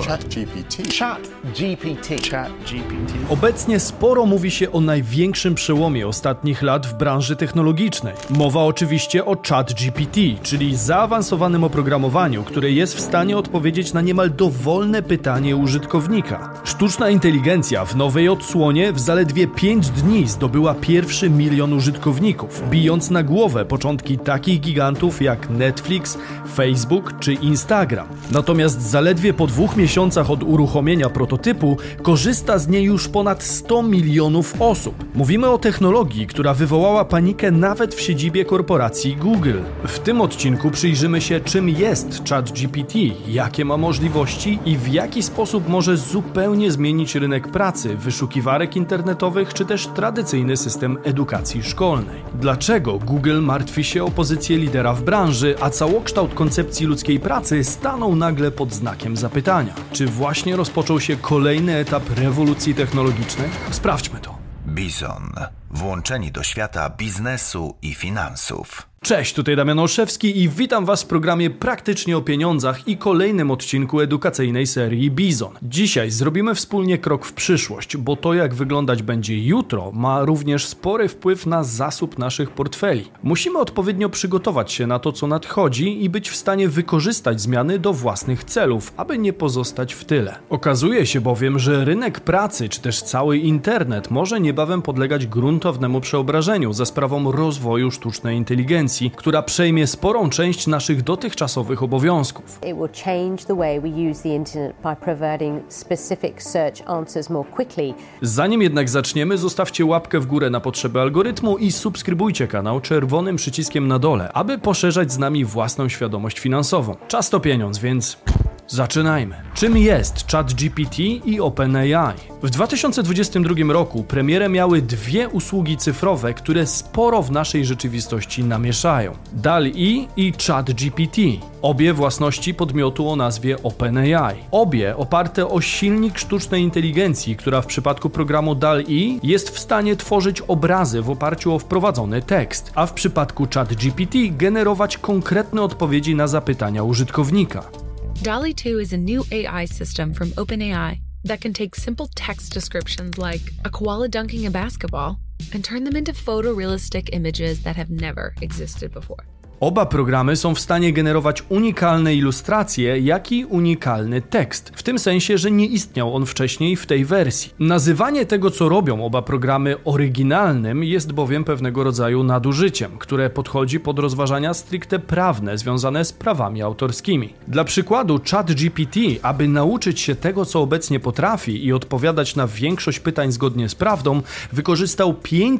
ChatGPT. Obecnie sporo mówi się o największym przełomie ostatnich lat w branży technologicznej. Mowa oczywiście o ChatGPT, czyli zaawansowanym oprogramowaniu, które jest w stanie odpowiedzieć na niemal dowolne pytanie użytkownika. Sztuczna inteligencja w nowej odsłonie w zaledwie 5 dni zdobyła pierwszy 1 milion użytkowników, bijąc na głowę początki takich gigantów jak Netflix, Facebook czy Instagram. Natomiast zaledwie po 2 miesiącach od uruchomienia prototypu korzysta z niej już ponad 100 milionów osób. Mówimy o technologii, która wywołała panikę nawet w siedzibie korporacji Google. W tym odcinku przyjrzymy się, czym jest ChatGPT, jakie ma możliwości i w jaki sposób może zupełnie zmienić rynek pracy, wyszukiwarek internetowych czy też tradycyjny system edukacji szkolnej. Dlaczego Google martwi się o pozycję lidera w branży, a całokształt koncepcji ludzkiej pracy stanął nagle pod znakiem zapytania? Czy właśnie rozpoczął się kolejny etap rewolucji technologicznej? Sprawdźmy to. Bizon. Włączeni do świata biznesu i finansów. Cześć, tutaj Damian Olszewski i witam Was w programie Praktycznie o Pieniądzach i kolejnym odcinku edukacyjnej serii Bizon. Dzisiaj zrobimy wspólnie krok w przyszłość, bo to jak wyglądać będzie jutro ma również spory wpływ na zasób naszych portfeli. Musimy odpowiednio przygotować się na to, co nadchodzi i być w stanie wykorzystać zmiany do własnych celów, aby nie pozostać w tyle. Okazuje się bowiem, że rynek pracy czy też cały internet może niebawem podlegać gruntownemu przeobrażeniu za sprawą rozwoju sztucznej inteligencji, która przejmie sporą część naszych dotychczasowych obowiązków. It will change the way we use the internet by providing specific search answers more quickly. Zanim jednak zaczniemy, zostawcie łapkę w górę na potrzeby algorytmu i subskrybujcie kanał czerwonym przyciskiem na dole, aby poszerzać z nami własną świadomość finansową. Czas to pieniądz, więc zaczynajmy. Czym jest ChatGPT i OpenAI? W 2022 roku premierę miały dwie usługi cyfrowe, które sporo w naszej rzeczywistości namieszają. DALL-E i ChatGPT. Obie własności podmiotu o nazwie OpenAI. Obie oparte o silnik sztucznej inteligencji, która w przypadku programu DALL-E jest w stanie tworzyć obrazy w oparciu o wprowadzony tekst, a w przypadku ChatGPT generować konkretne odpowiedzi na zapytania użytkownika. DALL-E 2 is a new AI system from OpenAI that can take simple text descriptions like a koala dunking a basketball and turn them into photorealistic images that have never existed before. Oba programy są w stanie generować unikalne ilustracje, jak i unikalny tekst. W tym sensie, że nie istniał on wcześniej w tej wersji. Nazywanie tego, co robią oba programy oryginalnym, jest bowiem pewnego rodzaju nadużyciem, które podchodzi pod rozważania stricte prawne związane z prawami autorskimi. Dla przykładu ChatGPT, aby nauczyć się tego, co obecnie potrafi i odpowiadać na większość pytań zgodnie z prawdą, wykorzystał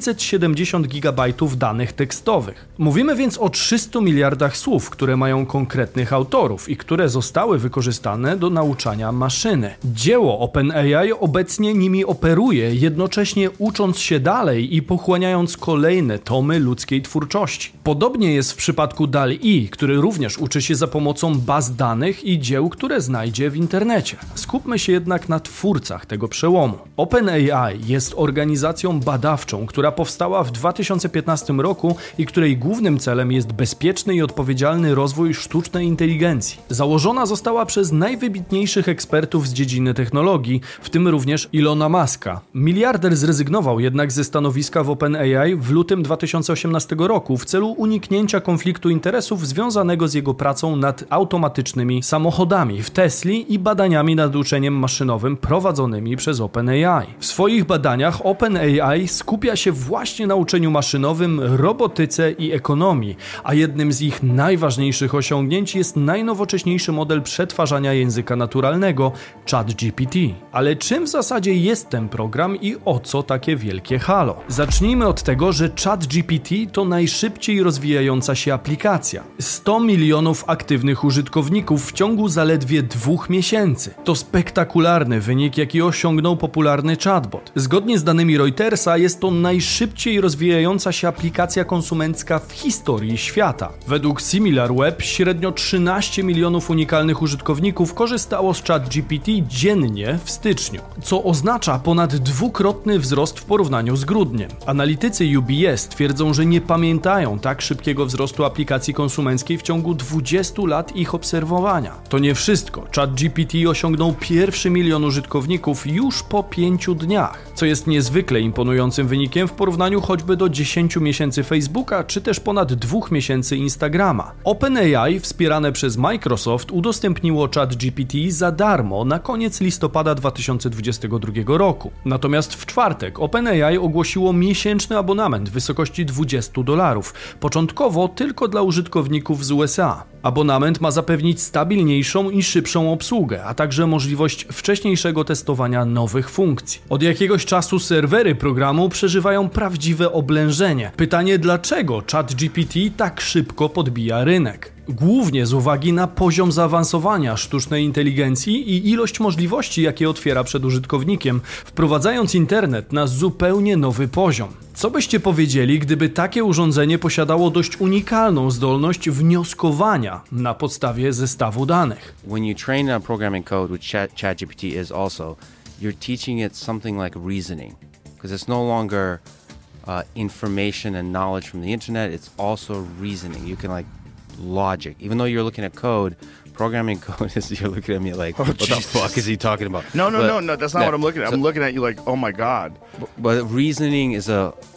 570 GB danych tekstowych. Mówimy więc o 300 miliardach słów, które mają konkretnych autorów i które zostały wykorzystane do nauczania maszyny. Dzieło OpenAI obecnie nimi operuje, jednocześnie ucząc się dalej i pochłaniając kolejne tomy ludzkiej twórczości. Podobnie jest w przypadku DALL-E, który również uczy się za pomocą baz danych i dzieł, które znajdzie w internecie. Skupmy się jednak na twórcach tego przełomu. OpenAI jest organizacją badawczą, która powstała w 2015 roku i której głównym celem jest bezpieczny i odpowiedzialny rozwój sztucznej inteligencji. Założona została przez najwybitniejszych ekspertów z dziedziny technologii, w tym również Ilona Muska. Miliarder zrezygnował jednak ze stanowiska w OpenAI w lutym 2018 roku w celu uniknięcia konfliktu interesów związanego z jego pracą nad automatycznymi samochodami w Tesli i badaniami nad uczeniem maszynowym prowadzonymi przez OpenAI. W swoich badaniach OpenAI skupia się właśnie na uczeniu maszynowym, robotyce i ekonomii, a jednym z ich najważniejszych osiągnięć jest najnowocześniejszy model przetwarzania języka naturalnego ChatGPT. Ale czym w zasadzie jest ten program i o co takie wielkie halo? Zacznijmy od tego, że ChatGPT to najszybciej rozwijająca się aplikacja. 100 milionów aktywnych użytkowników w ciągu zaledwie 2 miesięcy. To spektakularny wynik, jaki osiągnął popularny chatbot. Zgodnie z danymi Reutersa jest to najszybciej rozwijająca się aplikacja konsumencka w historii świata. świata. Według SimilarWeb średnio 13 milionów unikalnych użytkowników korzystało z ChatGPT dziennie w styczniu, co oznacza ponad dwukrotny wzrost w porównaniu z grudniem. Analitycy UBS twierdzą, że nie pamiętają tak szybkiego wzrostu aplikacji konsumenckiej w ciągu 20 lat ich obserwowania. To nie wszystko. ChatGPT osiągnął pierwszy 1 milion użytkowników już po 5 dniach, co jest niezwykle imponującym wynikiem w porównaniu choćby do 10 miesięcy Facebooka czy też ponad 2 miesięcy Instagrama. OpenAI, wspierane przez Microsoft, udostępniło ChatGPT za darmo na koniec listopada 2022 roku. Natomiast w czwartek OpenAI ogłosiło miesięczny abonament w wysokości $20, początkowo tylko dla użytkowników z USA. Abonament ma zapewnić stabilniejszą i szybszą obsługę, a także możliwość wcześniejszego testowania nowych funkcji. Od jakiegoś czasu serwery programu przeżywają prawdziwe oblężenie. Pytanie, dlaczego ChatGPT tak szybko podbija rynek? Głównie z uwagi na poziom zaawansowania sztucznej inteligencji i ilość możliwości, jakie otwiera przed użytkownikiem, wprowadzając internet na zupełnie nowy poziom. Co byście powiedzieli, gdyby takie urządzenie posiadało dość unikalną zdolność wnioskowania na podstawie zestawu danych? When you train a programming code with ChatGPT is also, you're teaching it something like reasoning, because it's no longer information and knowledge from the internet, it's also reasoning. You can logic. Even though you're looking at code, programming code you're looking at me like, what the fuck is he talking about? No, that's not what I'm looking at. I'm looking at you like, oh my God. But reasoning is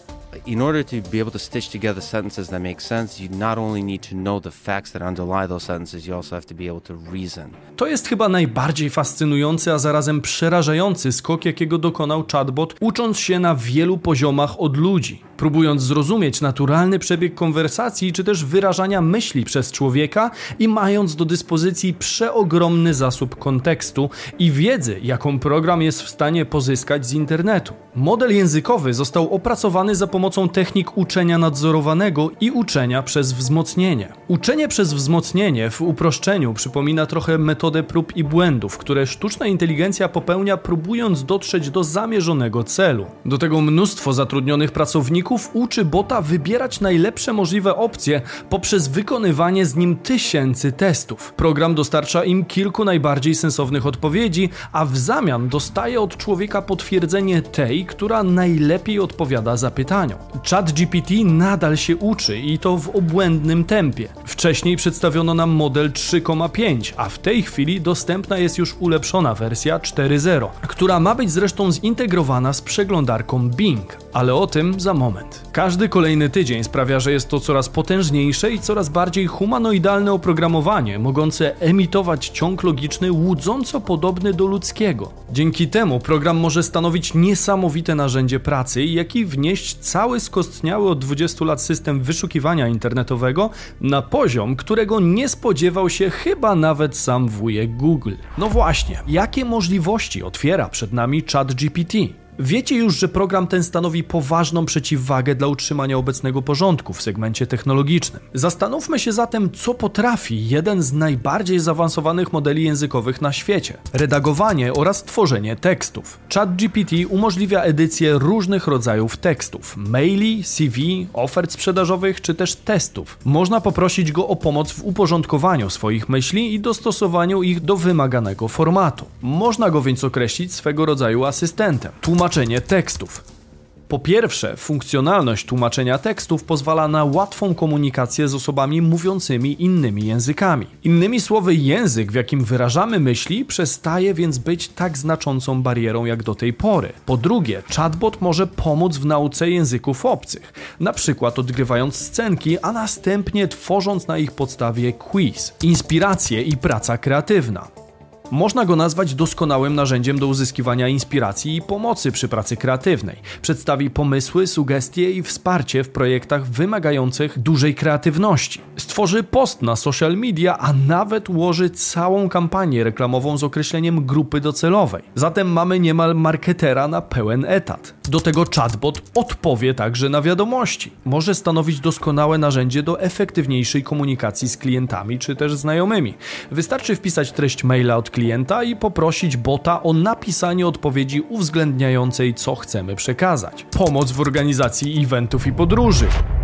in order to be able to stitch together sentences that make sense, you not only need to know the facts that underlie those sentences, you also have to be able to reason. To jest chyba najbardziej fascynujący, a zarazem przerażający skok, jakiego dokonał chatbot, ucząc się na wielu poziomach od ludzi. Próbując zrozumieć naturalny przebieg konwersacji, czy też wyrażania myśli przez człowieka i mając do dyspozycji przeogromny zasób kontekstu i wiedzy, jaką program jest w stanie pozyskać z internetu. Model językowy został opracowany za pomocą technik uczenia nadzorowanego i uczenia przez wzmocnienie. Uczenie przez wzmocnienie w uproszczeniu przypomina trochę metodę prób i błędów, które sztuczna inteligencja popełnia, próbując dotrzeć do zamierzonego celu. Do tego mnóstwo zatrudnionych pracowników uczy bota wybierać najlepsze możliwe opcje poprzez wykonywanie z nim tysięcy testów. Program dostarcza im kilku najbardziej sensownych odpowiedzi, a w zamian dostaje od człowieka potwierdzenie tej, która najlepiej odpowiada zapytaniom. ChatGPT nadal się uczy i to w obłędnym tempie. Wcześniej przedstawiono nam model 3,5, a w tej chwili dostępna jest już ulepszona wersja 4.0, która ma być zresztą zintegrowana z przeglądarką Bing, ale o tym za moment. Każdy kolejny tydzień sprawia, że jest to coraz potężniejsze i coraz bardziej humanoidalne oprogramowanie, mogące emitować ciąg logiczny łudząco podobny do ludzkiego. Dzięki temu program może stanowić niesamowite narzędzie pracy, jak i wnieść cały skostniały od 20 lat system wyszukiwania internetowego na poziom, którego nie spodziewał się chyba nawet sam wujek Google. No właśnie, jakie możliwości otwiera przed nami ChatGPT? Wiecie już, że program ten stanowi poważną przeciwwagę dla utrzymania obecnego porządku w segmencie technologicznym. Zastanówmy się zatem, co potrafi jeden z najbardziej zaawansowanych modeli językowych na świecie. Redagowanie oraz tworzenie tekstów. ChatGPT umożliwia edycję różnych rodzajów tekstów, maili, CV, ofert sprzedażowych czy też testów. Można poprosić go o pomoc w uporządkowaniu swoich myśli i dostosowaniu ich do wymaganego formatu. Można go więc określić swego rodzaju asystentem. Tłumaczenie tekstów. Po pierwsze, funkcjonalność tłumaczenia tekstów pozwala na łatwą komunikację z osobami mówiącymi innymi językami. Innymi słowy, język, w jakim wyrażamy myśli, przestaje więc być tak znaczącą barierą jak do tej pory. Po drugie, chatbot może pomóc w nauce języków obcych, na przykład odgrywając scenki, a następnie tworząc na ich podstawie quiz, inspiracje i praca kreatywna. Można go nazwać doskonałym narzędziem do uzyskiwania inspiracji i pomocy przy pracy kreatywnej. Przedstawi pomysły, sugestie i wsparcie w projektach wymagających dużej kreatywności. Stworzy post na social media, a nawet ułoży całą kampanię reklamową z określeniem grupy docelowej. Zatem mamy niemal marketera na pełen etat. Do tego chatbot odpowie także na wiadomości. Może stanowić doskonałe narzędzie do efektywniejszej komunikacji z klientami czy też znajomymi. Wystarczy wpisać treść maila od klienta i poprosić bota o napisanie odpowiedzi uwzględniającej, co chcemy przekazać. Pomoc w organizacji eventów i podróży.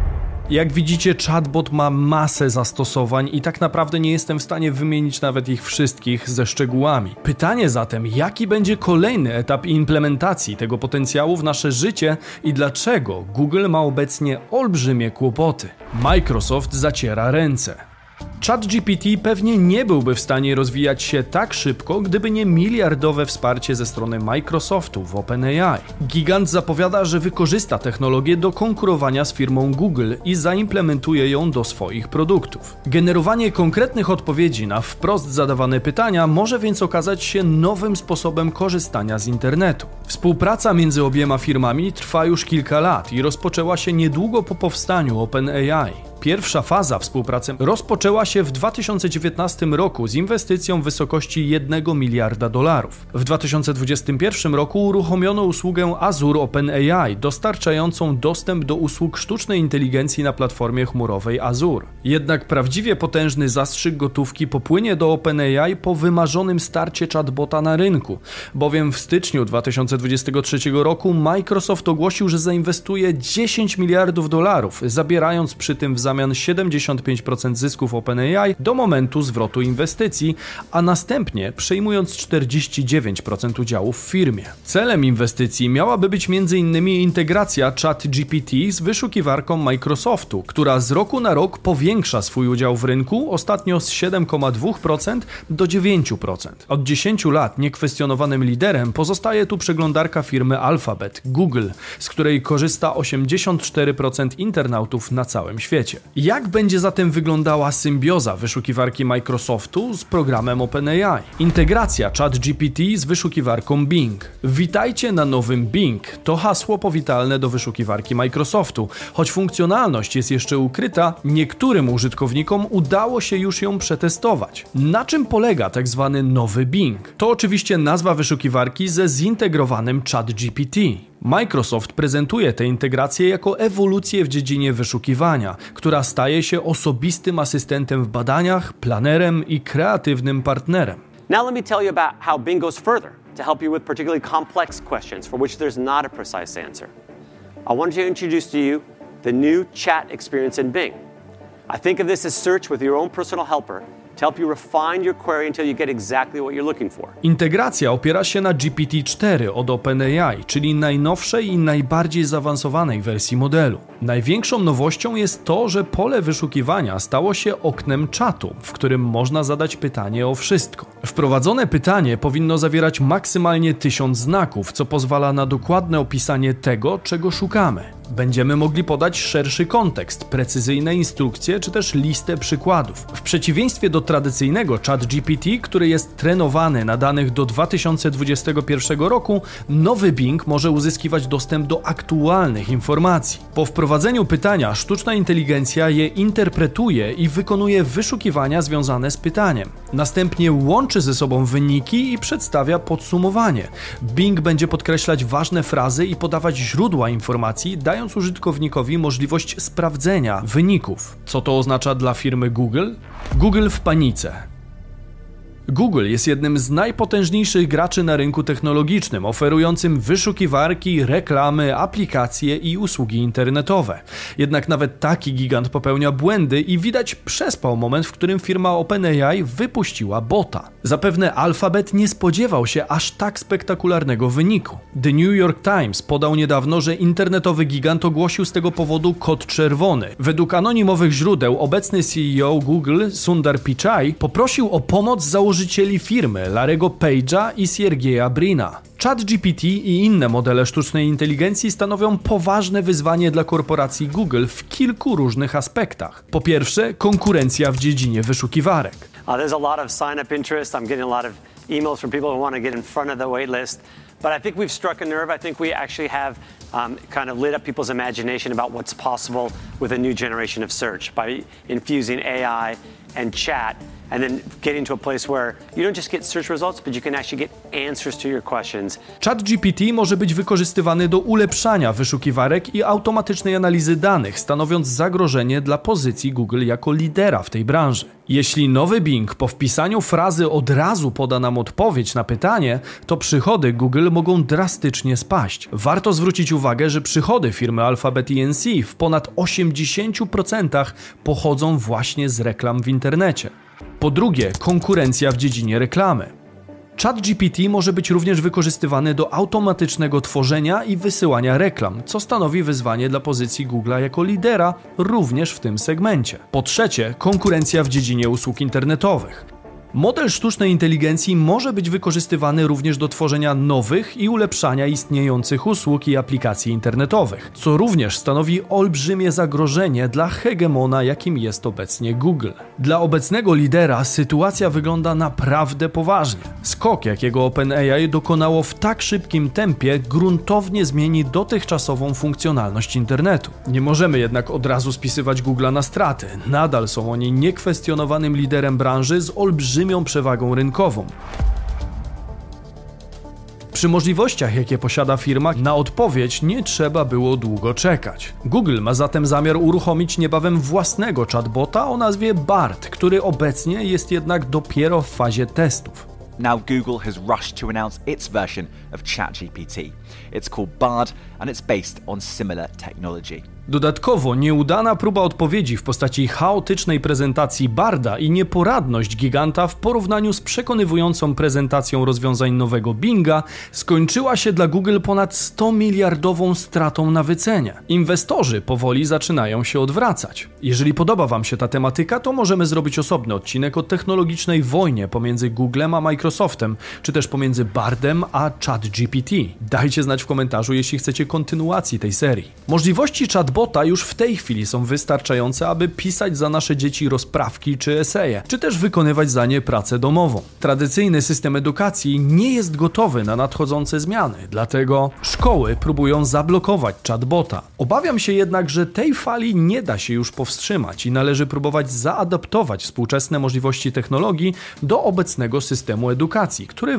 Jak widzicie, chatbot ma masę zastosowań i tak naprawdę nie jestem w stanie wymienić nawet ich wszystkich ze szczegółami. Pytanie zatem, jaki będzie kolejny etap implementacji tego potencjału w nasze życie i dlaczego Google ma obecnie olbrzymie kłopoty? Microsoft zaciera ręce. ChatGPT pewnie nie byłby w stanie rozwijać się tak szybko, gdyby nie miliardowe wsparcie ze strony Microsoftu w OpenAI. Gigant zapowiada, że wykorzysta technologię do konkurowania z firmą Google i zaimplementuje ją do swoich produktów. Generowanie konkretnych odpowiedzi na wprost zadawane pytania może więc okazać się nowym sposobem korzystania z internetu. Współpraca między obiema firmami trwa już kilka lat i rozpoczęła się niedługo po powstaniu OpenAI. Pierwsza faza współpracy rozpoczęła się w 2019 roku z inwestycją w wysokości $1 miliarda. W 2021 roku uruchomiono usługę Azure OpenAI, dostarczającą dostęp do usług sztucznej inteligencji na platformie chmurowej Azure. Jednak prawdziwie potężny zastrzyk gotówki popłynie do OpenAI po wymarzonym starcie chatbota na rynku, bowiem w styczniu 2023 roku Microsoft ogłosił, że zainwestuje $10 miliardów, zabierając przy tym w zamian 75% zysków OpenAI do momentu zwrotu inwestycji, a następnie przejmując 49% udziałów w firmie. Celem inwestycji miałaby być m.in. integracja ChatGPT z wyszukiwarką Microsoftu, która z roku na rok powiększa swój udział w rynku, ostatnio z 7,2% do 9%. Od 10 lat niekwestionowanym liderem pozostaje tu przeglądarka firmy Alphabet, Google, z której korzysta 84% internautów na całym świecie. Jak będzie zatem wyglądała symbioza wyszukiwarki Microsoftu z programem OpenAI? Integracja ChatGPT z wyszukiwarką Bing. Witajcie na nowym Bing. To hasło powitalne do wyszukiwarki Microsoftu. Choć funkcjonalność jest jeszcze ukryta, niektórym użytkownikom udało się już ją przetestować. Na czym polega tak zwany nowy Bing? To oczywiście nazwa wyszukiwarki ze zintegrowanym ChatGPT. Microsoft prezentuje tę integrację jako ewolucję w dziedzinie wyszukiwania, która staje się osobistym asystentem w badaniach, planerem i kreatywnym partnerem. Now let me tell you about how Bing goes further to help you with particularly complex questions for which there's not a precise answer. I wanted to introduce to you the new chat experience in Bing. I think of this as search with your own personal helper to help you refine your query until you get exactly what you're looking for. Integracja opiera się na GPT-4 od OpenAI, czyli najnowszej i najbardziej zaawansowanej wersji modelu. Największą nowością jest to, że pole wyszukiwania stało się oknem czatu, w którym można zadać pytanie o wszystko. Wprowadzone pytanie powinno zawierać maksymalnie 1000 znaków, co pozwala na dokładne opisanie tego, czego szukamy. Będziemy mogli podać szerszy kontekst, precyzyjne instrukcje czy też listę przykładów. W przeciwieństwie do tradycyjnego ChatGPT, który jest trenowany na danych do 2021 roku, nowy Bing może uzyskiwać dostęp do aktualnych informacji. Po wprowadzeniu pytania sztuczna inteligencja je interpretuje i wykonuje wyszukiwania związane z pytaniem. Następnie łączy ze sobą wyniki i przedstawia podsumowanie. Bing będzie podkreślać ważne frazy i podawać źródła informacji, dając użytkownikowi możliwość sprawdzenia wyników. Co to oznacza dla firmy Google? Google w panice. Google jest jednym z najpotężniejszych graczy na rynku technologicznym, oferującym wyszukiwarki, reklamy, aplikacje i usługi internetowe. Jednak nawet taki gigant popełnia błędy i widać przespał moment, w którym firma OpenAI wypuściła bota. Zapewne Alphabet nie spodziewał się aż tak spektakularnego wyniku. The New York Times podał niedawno, że internetowy gigant ogłosił z tego powodu kod czerwony. Według anonimowych źródeł obecny CEO Google, Sundar Pichai, poprosił o pomoc założycieli firmy Larry'ego Page'a i Sergeja Brina. ChatGPT i inne modele sztucznej inteligencji stanowią poważne wyzwanie dla korporacji Google w kilku różnych aspektach. Po pierwsze, konkurencja w dziedzinie wyszukiwarek. There's a lot of sign-up interest. I'm getting a lot of emails from people who want to get in front of the wait list. But I think we've struck a nerve. I think we actually have kind of lit up people's imagination about what's possible with a new generation of search by infusing AI and chat and then getting to a place where you don't just get search results, but you can actually get answers to your questions. ChatGPT może być wykorzystywany do ulepszania wyszukiwarek i automatycznej analizy danych, stanowiąc zagrożenie dla pozycji Google jako lidera w tej branży. Jeśli nowy Bing po wpisaniu frazy od razu poda nam odpowiedź na pytanie, to przychody Google mogą drastycznie spaść. Warto zwrócić uwagę uwagę, że przychody firmy Alphabet Inc. w ponad 80% pochodzą właśnie z reklam w internecie. Po drugie, konkurencja w dziedzinie reklamy. ChatGPT może być również wykorzystywany do automatycznego tworzenia i wysyłania reklam, co stanowi wyzwanie dla pozycji Google'a jako lidera również w tym segmencie. Po trzecie, konkurencja w dziedzinie usług internetowych. Model sztucznej inteligencji może być wykorzystywany również do tworzenia nowych i ulepszania istniejących usług i aplikacji internetowych, co również stanowi olbrzymie zagrożenie dla hegemona, jakim jest obecnie Google. Dla obecnego lidera sytuacja wygląda naprawdę poważnie. Skok, jakiego OpenAI dokonało w tak szybkim tempie, gruntownie zmieni dotychczasową funkcjonalność internetu. Nie możemy jednak od razu spisywać Google'a na straty. Nadal są oni niekwestionowanym liderem branży z olbrzymią przewagą rynkową. Przy możliwościach, jakie posiada firma, na odpowiedź nie trzeba było długo czekać. Google ma zatem zamiar uruchomić niebawem własnego chatbota o nazwie Bard, który obecnie jest jednak dopiero w fazie testów. Now Google has rushed to announce its version of ChatGPT. It's called Bard and it's based on similar technology. Dodatkowo nieudana próba odpowiedzi w postaci chaotycznej prezentacji Barda i nieporadność giganta w porównaniu z przekonywującą prezentacją rozwiązań nowego Binga skończyła się dla Google ponad 100-miliardową stratą na wycenie. Inwestorzy powoli zaczynają się odwracać. Jeżeli podoba Wam się ta tematyka, to możemy zrobić osobny odcinek o technologicznej wojnie pomiędzy Googlem a Microsoftem, czy też pomiędzy Bardem a ChatGPT. Dajcie znać w komentarzu, jeśli chcecie kontynuacji tej serii. Możliwości chatbota już w tej chwili są wystarczające, aby pisać za nasze dzieci rozprawki czy eseje, czy też wykonywać za nie pracę domową. Tradycyjny system edukacji nie jest gotowy na nadchodzące zmiany, dlatego szkoły próbują zablokować chatbota. Obawiam się jednak, że tej fali nie da się już powstrzymać i należy próbować zaadaptować współczesne możliwości technologii do obecnego systemu edukacji, który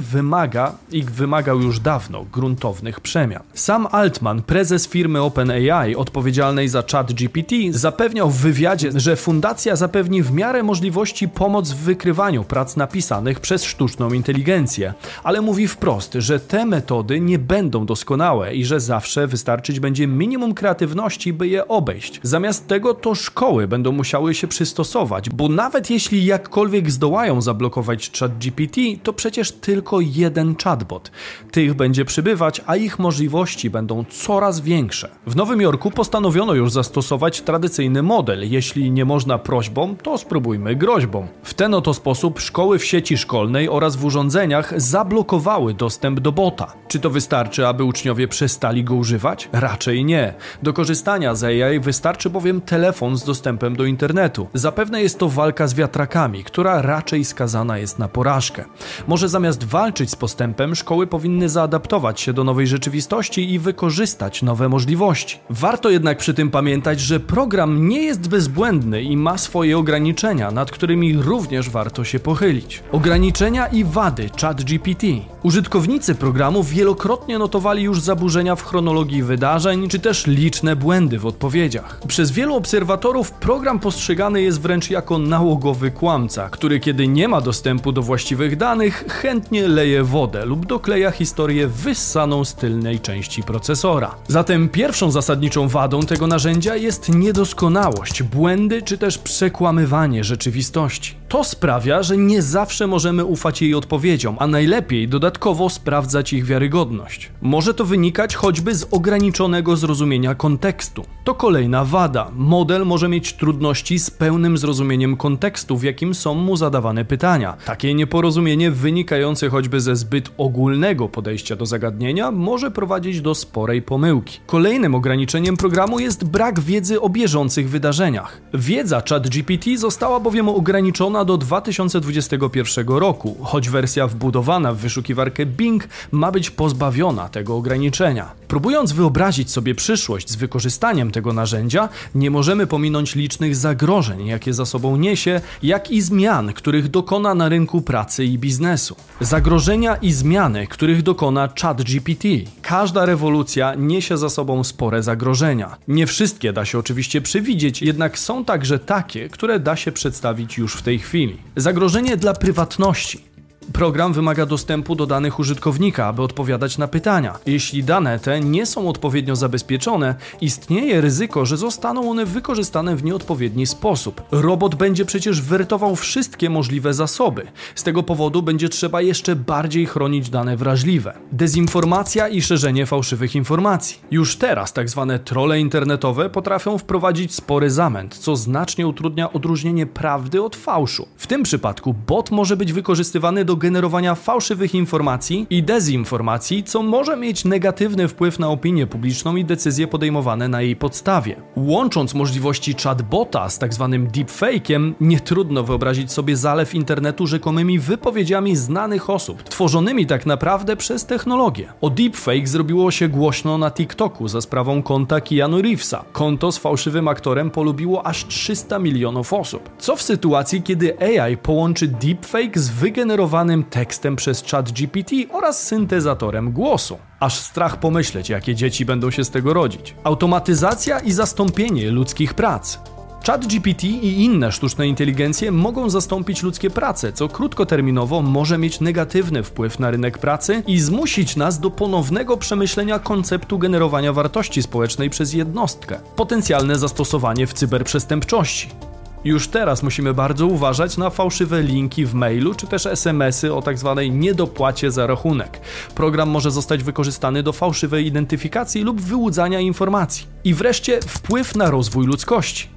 wymagał już dawno gruntownych przemian. Sam Altman, prezes firmy OpenAI odpowiedzialnej za ChatGPT, zapewniał w wywiadzie, że fundacja zapewni w miarę możliwości pomoc w wykrywaniu prac napisanych przez sztuczną inteligencję, ale mówi wprost, że te metody nie będą doskonałe i że zawsze wystarczyć będzie minimum kreatywności, by je obejść. Zamiast tego to szkoły będą musiały się przystosować, bo nawet jeśli jakkolwiek zdołają zablokować ChatGPT, to przecież tylko jeden chatbot. Tych będzie przybywać, a ich możliwości będą coraz większe. W Nowym Jorku postanowiono już zastosować tradycyjny model. Jeśli nie można prośbą, to spróbujmy groźbą. W ten oto sposób szkoły w sieci szkolnej oraz w urządzeniach zablokowały dostęp do bota. Czy to wystarczy, aby uczniowie przestali go używać? Raczej nie. Do korzystania z AI wystarczy bowiem telefon z dostępem do internetu. Zapewne jest to walka z wiatrakami, która raczej skazana jest na porażkę. Może zamiast walczyć z postępem, szkoły powinny zaadaptować się do nowej rzeczywistości i wykorzystać nowe możliwości. Warto jednak przy tym pamiętać, że program nie jest bezbłędny i ma swoje ograniczenia, nad którymi również warto się pochylić. Ograniczenia i wady ChatGPT. Użytkownicy programu wielokrotnie notowali już zaburzenia w chronologii wydarzeń, czy też liczne błędy w odpowiedziach. Przez wielu obserwatorów program postrzegany jest wręcz jako nałogowy kłamca, który kiedy nie ma dostępu do właściwych danych, chętnie leje wodę lub dokleja historię wyssaną z tylnej części procesora. Zatem pierwszą zasadniczą wadą tego narzędzia jest niedoskonałość, błędy czy też przekłamywanie rzeczywistości. To sprawia, że nie zawsze możemy ufać jej odpowiedziom, a najlepiej dodatkowo sprawdzać ich wiarygodność. Może to wynikać choćby z ograniczonego zrozumienia kontekstu. To kolejna wada. Model może mieć trudności z pełnym zrozumieniem kontekstu, w jakim są mu zadawane pytania. Takie nieporozumienie wynikające choćby ze zbyt ogólnego podejścia do zagadnienia może prowadzić do sporej pomyłki. Kolejnym ograniczeniem programu jest brak wiedzy o bieżących wydarzeniach. Wiedza ChatGPT została bowiem ograniczona do 2021 roku, choć wersja wbudowana w wyszukiwarkę Bing ma być pozbawiona tego ograniczenia. Próbując wyobrazić sobie przyszłość z wykorzystaniem tego narzędzia, nie możemy pominąć licznych zagrożeń, jakie za sobą niesie, jak i zmian, których dokona na rynku pracy i biznesu. Zagrożenia i zmiany, których dokona ChatGPT. Każda rewolucja niesie za sobą spore zagrożenia. Nie wszystkie da się oczywiście przewidzieć, jednak są także takie, które da się przedstawić już w tej chwili. Zagrożenie dla prywatności. Program wymaga dostępu do danych użytkownika, aby odpowiadać na pytania. Jeśli dane te nie są odpowiednio zabezpieczone, istnieje ryzyko, że zostaną one wykorzystane w nieodpowiedni sposób. Robot będzie przecież wertował wszystkie możliwe zasoby. Z tego powodu będzie trzeba jeszcze bardziej chronić dane wrażliwe. Dezinformacja i szerzenie fałszywych informacji. Już teraz tak zwane trolle internetowe potrafią wprowadzić spory zamęt, co znacznie utrudnia odróżnienie prawdy od fałszu. W tym przypadku bot może być wykorzystywany do generowania fałszywych informacji i dezinformacji, co może mieć negatywny wpływ na opinię publiczną i decyzje podejmowane na jej podstawie. Łącząc możliwości chatbota z tak zwanym deepfake'iem, nie trudno wyobrazić sobie zalew internetu rzekomymi wypowiedziami znanych osób, tworzonymi tak naprawdę przez technologię. O deepfake zrobiło się głośno na TikToku za sprawą konta Keanu Reevesa. Konto z fałszywym aktorem polubiło aż 300 milionów osób. Co w sytuacji, kiedy AI połączy deepfake z wygenerowanym tekstem przez ChatGPT oraz syntezatorem głosu? Aż strach pomyśleć, jakie dzieci będą się z tego rodzić. Automatyzacja i zastąpienie ludzkich prac. ChatGPT i inne sztuczne inteligencje mogą zastąpić ludzkie prace, co krótkoterminowo może mieć negatywny wpływ na rynek pracy i zmusić nas do ponownego przemyślenia konceptu generowania wartości społecznej przez jednostkę. Potencjalne zastosowanie w cyberprzestępczości. Już teraz musimy bardzo uważać na fałszywe linki w mailu czy też SMS-y o tzw. niedopłacie za rachunek. Program może zostać wykorzystany do fałszywej identyfikacji lub wyłudzania informacji. I wreszcie wpływ na rozwój ludzkości.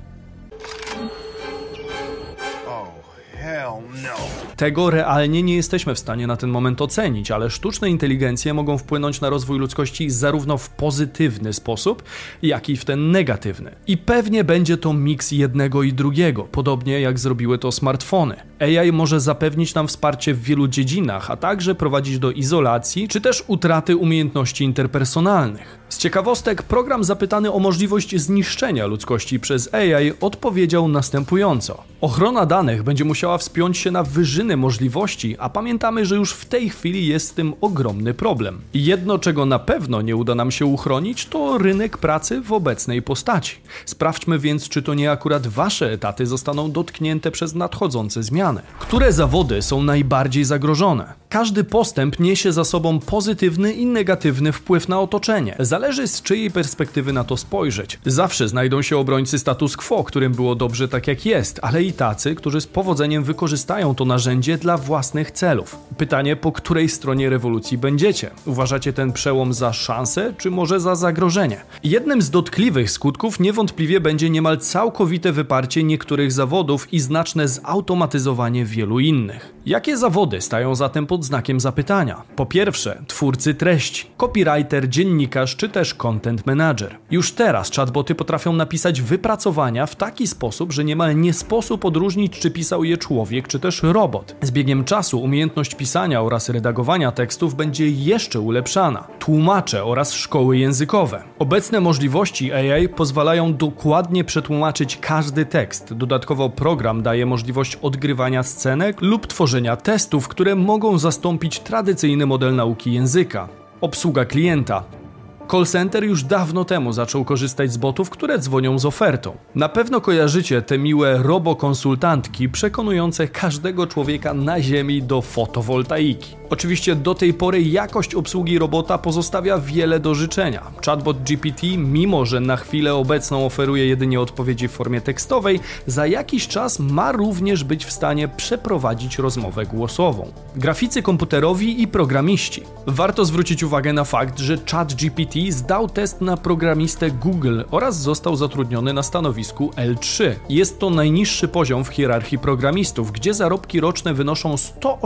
Tego realnie nie jesteśmy w stanie na ten moment ocenić, ale sztuczne inteligencje mogą wpłynąć na rozwój ludzkości zarówno w pozytywny sposób, jak i w ten negatywny. I pewnie będzie to miks jednego i drugiego, podobnie jak zrobiły to smartfony. AI może zapewnić nam wsparcie w wielu dziedzinach, a także prowadzić do izolacji, czy też utraty umiejętności interpersonalnych. Z ciekawostek, program zapytany o możliwość zniszczenia ludzkości przez AI odpowiedział następująco. Ochrona danych będzie musiała wspiąć się na wyżyny możliwości, a pamiętamy, że już w tej chwili jest z tym ogromny problem. Jedno, czego na pewno nie uda nam się uchronić, to rynek pracy w obecnej postaci. Sprawdźmy więc, czy to nie akurat wasze etaty zostaną dotknięte przez nadchodzące zmiany. Które zawody są najbardziej zagrożone? Każdy postęp niesie za sobą pozytywny i negatywny wpływ na otoczenie. Zależy, z czyjej perspektywy na to spojrzeć. Zawsze znajdą się obrońcy status quo, którym było dobrze tak jak jest, ale i tacy, którzy z powodzeniem wykorzystają to narzędzie dla własnych celów. Pytanie, po której stronie rewolucji będziecie? Uważacie ten przełom za szansę, czy może za zagrożenie? Jednym z dotkliwych skutków niewątpliwie będzie niemal całkowite wyparcie niektórych zawodów i znaczne zautomatyzowanie wielu innych. Jakie zawody stają zatem pod znakiem zapytania? Po pierwsze, twórcy treści, copywriter, dziennikarz czy też content manager. Już teraz chatboty potrafią napisać wypracowania w taki sposób, że niemal nie sposób odróżnić, czy pisał je człowiek czy też robot. Z biegiem czasu umiejętność pisania oraz redagowania tekstów będzie jeszcze ulepszana. Tłumacze oraz szkoły językowe. Obecne możliwości AI pozwalają dokładnie przetłumaczyć każdy tekst. Dodatkowo program daje możliwość odgrywania scenek lub tworzenia testów, które mogą zastąpić tradycyjny model nauki języka. Obsługa klienta. Call center już dawno temu zaczął korzystać z botów, które dzwonią z ofertą. Na pewno kojarzycie te miłe robokonsultantki przekonujące każdego człowieka na ziemi do fotowoltaiki. Oczywiście do tej pory jakość obsługi robota pozostawia wiele do życzenia. Chatbot GPT, mimo że na chwilę obecną oferuje jedynie odpowiedzi w formie tekstowej, za jakiś czas ma również być w stanie przeprowadzić rozmowę głosową. Graficy komputerowi i programiści. Warto zwrócić uwagę na fakt, że ChatGPT zdał test na programistę Google oraz został zatrudniony na stanowisku L3. Jest to najniższy poziom w hierarchii programistów, gdzie zarobki roczne wynoszą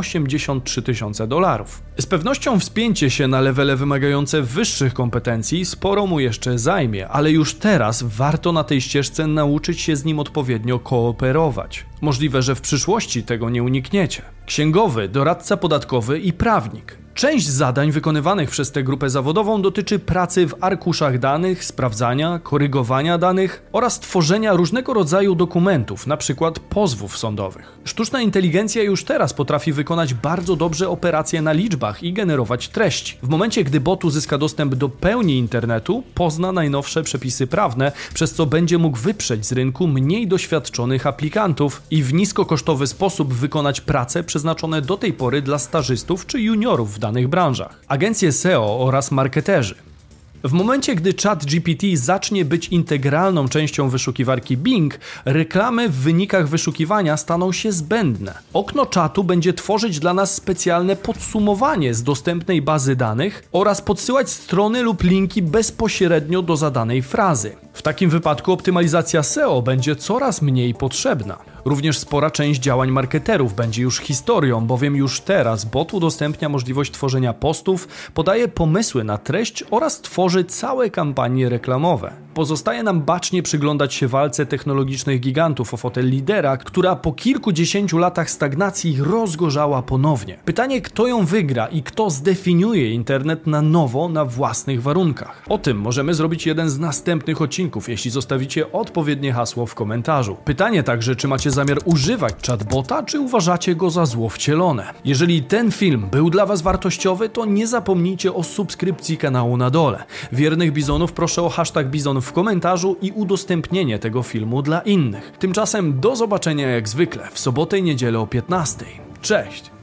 183 tysiące dolarów. Z pewnością wspięcie się na levele wymagające wyższych kompetencji sporo mu jeszcze zajmie, ale już teraz warto na tej ścieżce nauczyć się z nim odpowiednio kooperować. Możliwe, że w przyszłości tego nie unikniecie. Księgowy, doradca podatkowy i prawnik. Część zadań wykonywanych przez tę grupę zawodową dotyczy pracy w arkuszach danych, sprawdzania, korygowania danych oraz tworzenia różnego rodzaju dokumentów, np. pozwów sądowych. Sztuczna inteligencja już teraz potrafi wykonać bardzo dobrze operacje na liczbach i generować treści. W momencie, gdy bot uzyska dostęp do pełni internetu, pozna najnowsze przepisy prawne, przez co będzie mógł wyprzeć z rynku mniej doświadczonych aplikantów i w niskokosztowy sposób wykonać prace przeznaczone do tej pory dla stażystów czy juniorów w danych branżach. Agencje SEO oraz marketerzy. W momencie, gdy ChatGPT zacznie być integralną częścią wyszukiwarki Bing, reklamy w wynikach wyszukiwania staną się zbędne. Okno czatu będzie tworzyć dla nas specjalne podsumowanie z dostępnej bazy danych oraz podsyłać strony lub linki bezpośrednio do zadanej frazy. W takim wypadku optymalizacja SEO będzie coraz mniej potrzebna. Również spora część działań marketerów będzie już historią, bowiem już teraz bot udostępnia możliwość tworzenia postów, podaje pomysły na treść oraz tworzy całe kampanie reklamowe. Pozostaje nam bacznie przyglądać się walce technologicznych gigantów o fotel lidera, która po kilkudziesięciu latach stagnacji rozgorzała ponownie. Pytanie, kto ją wygra i kto zdefiniuje internet na nowo, na własnych warunkach. O tym możemy zrobić jeden z następnych odcinków, jeśli zostawicie odpowiednie hasło w komentarzu. Pytanie także, czy macie zamiar używać chatbota, czy uważacie go za zło wcielone. Jeżeli ten film był dla Was wartościowy, to nie zapomnijcie o subskrypcji kanału na dole. Wiernych bizonów proszę o hashtag bizon w komentarzu i udostępnienie tego filmu dla innych. Tymczasem do zobaczenia jak zwykle w sobotę i niedzielę o 15:00. Cześć!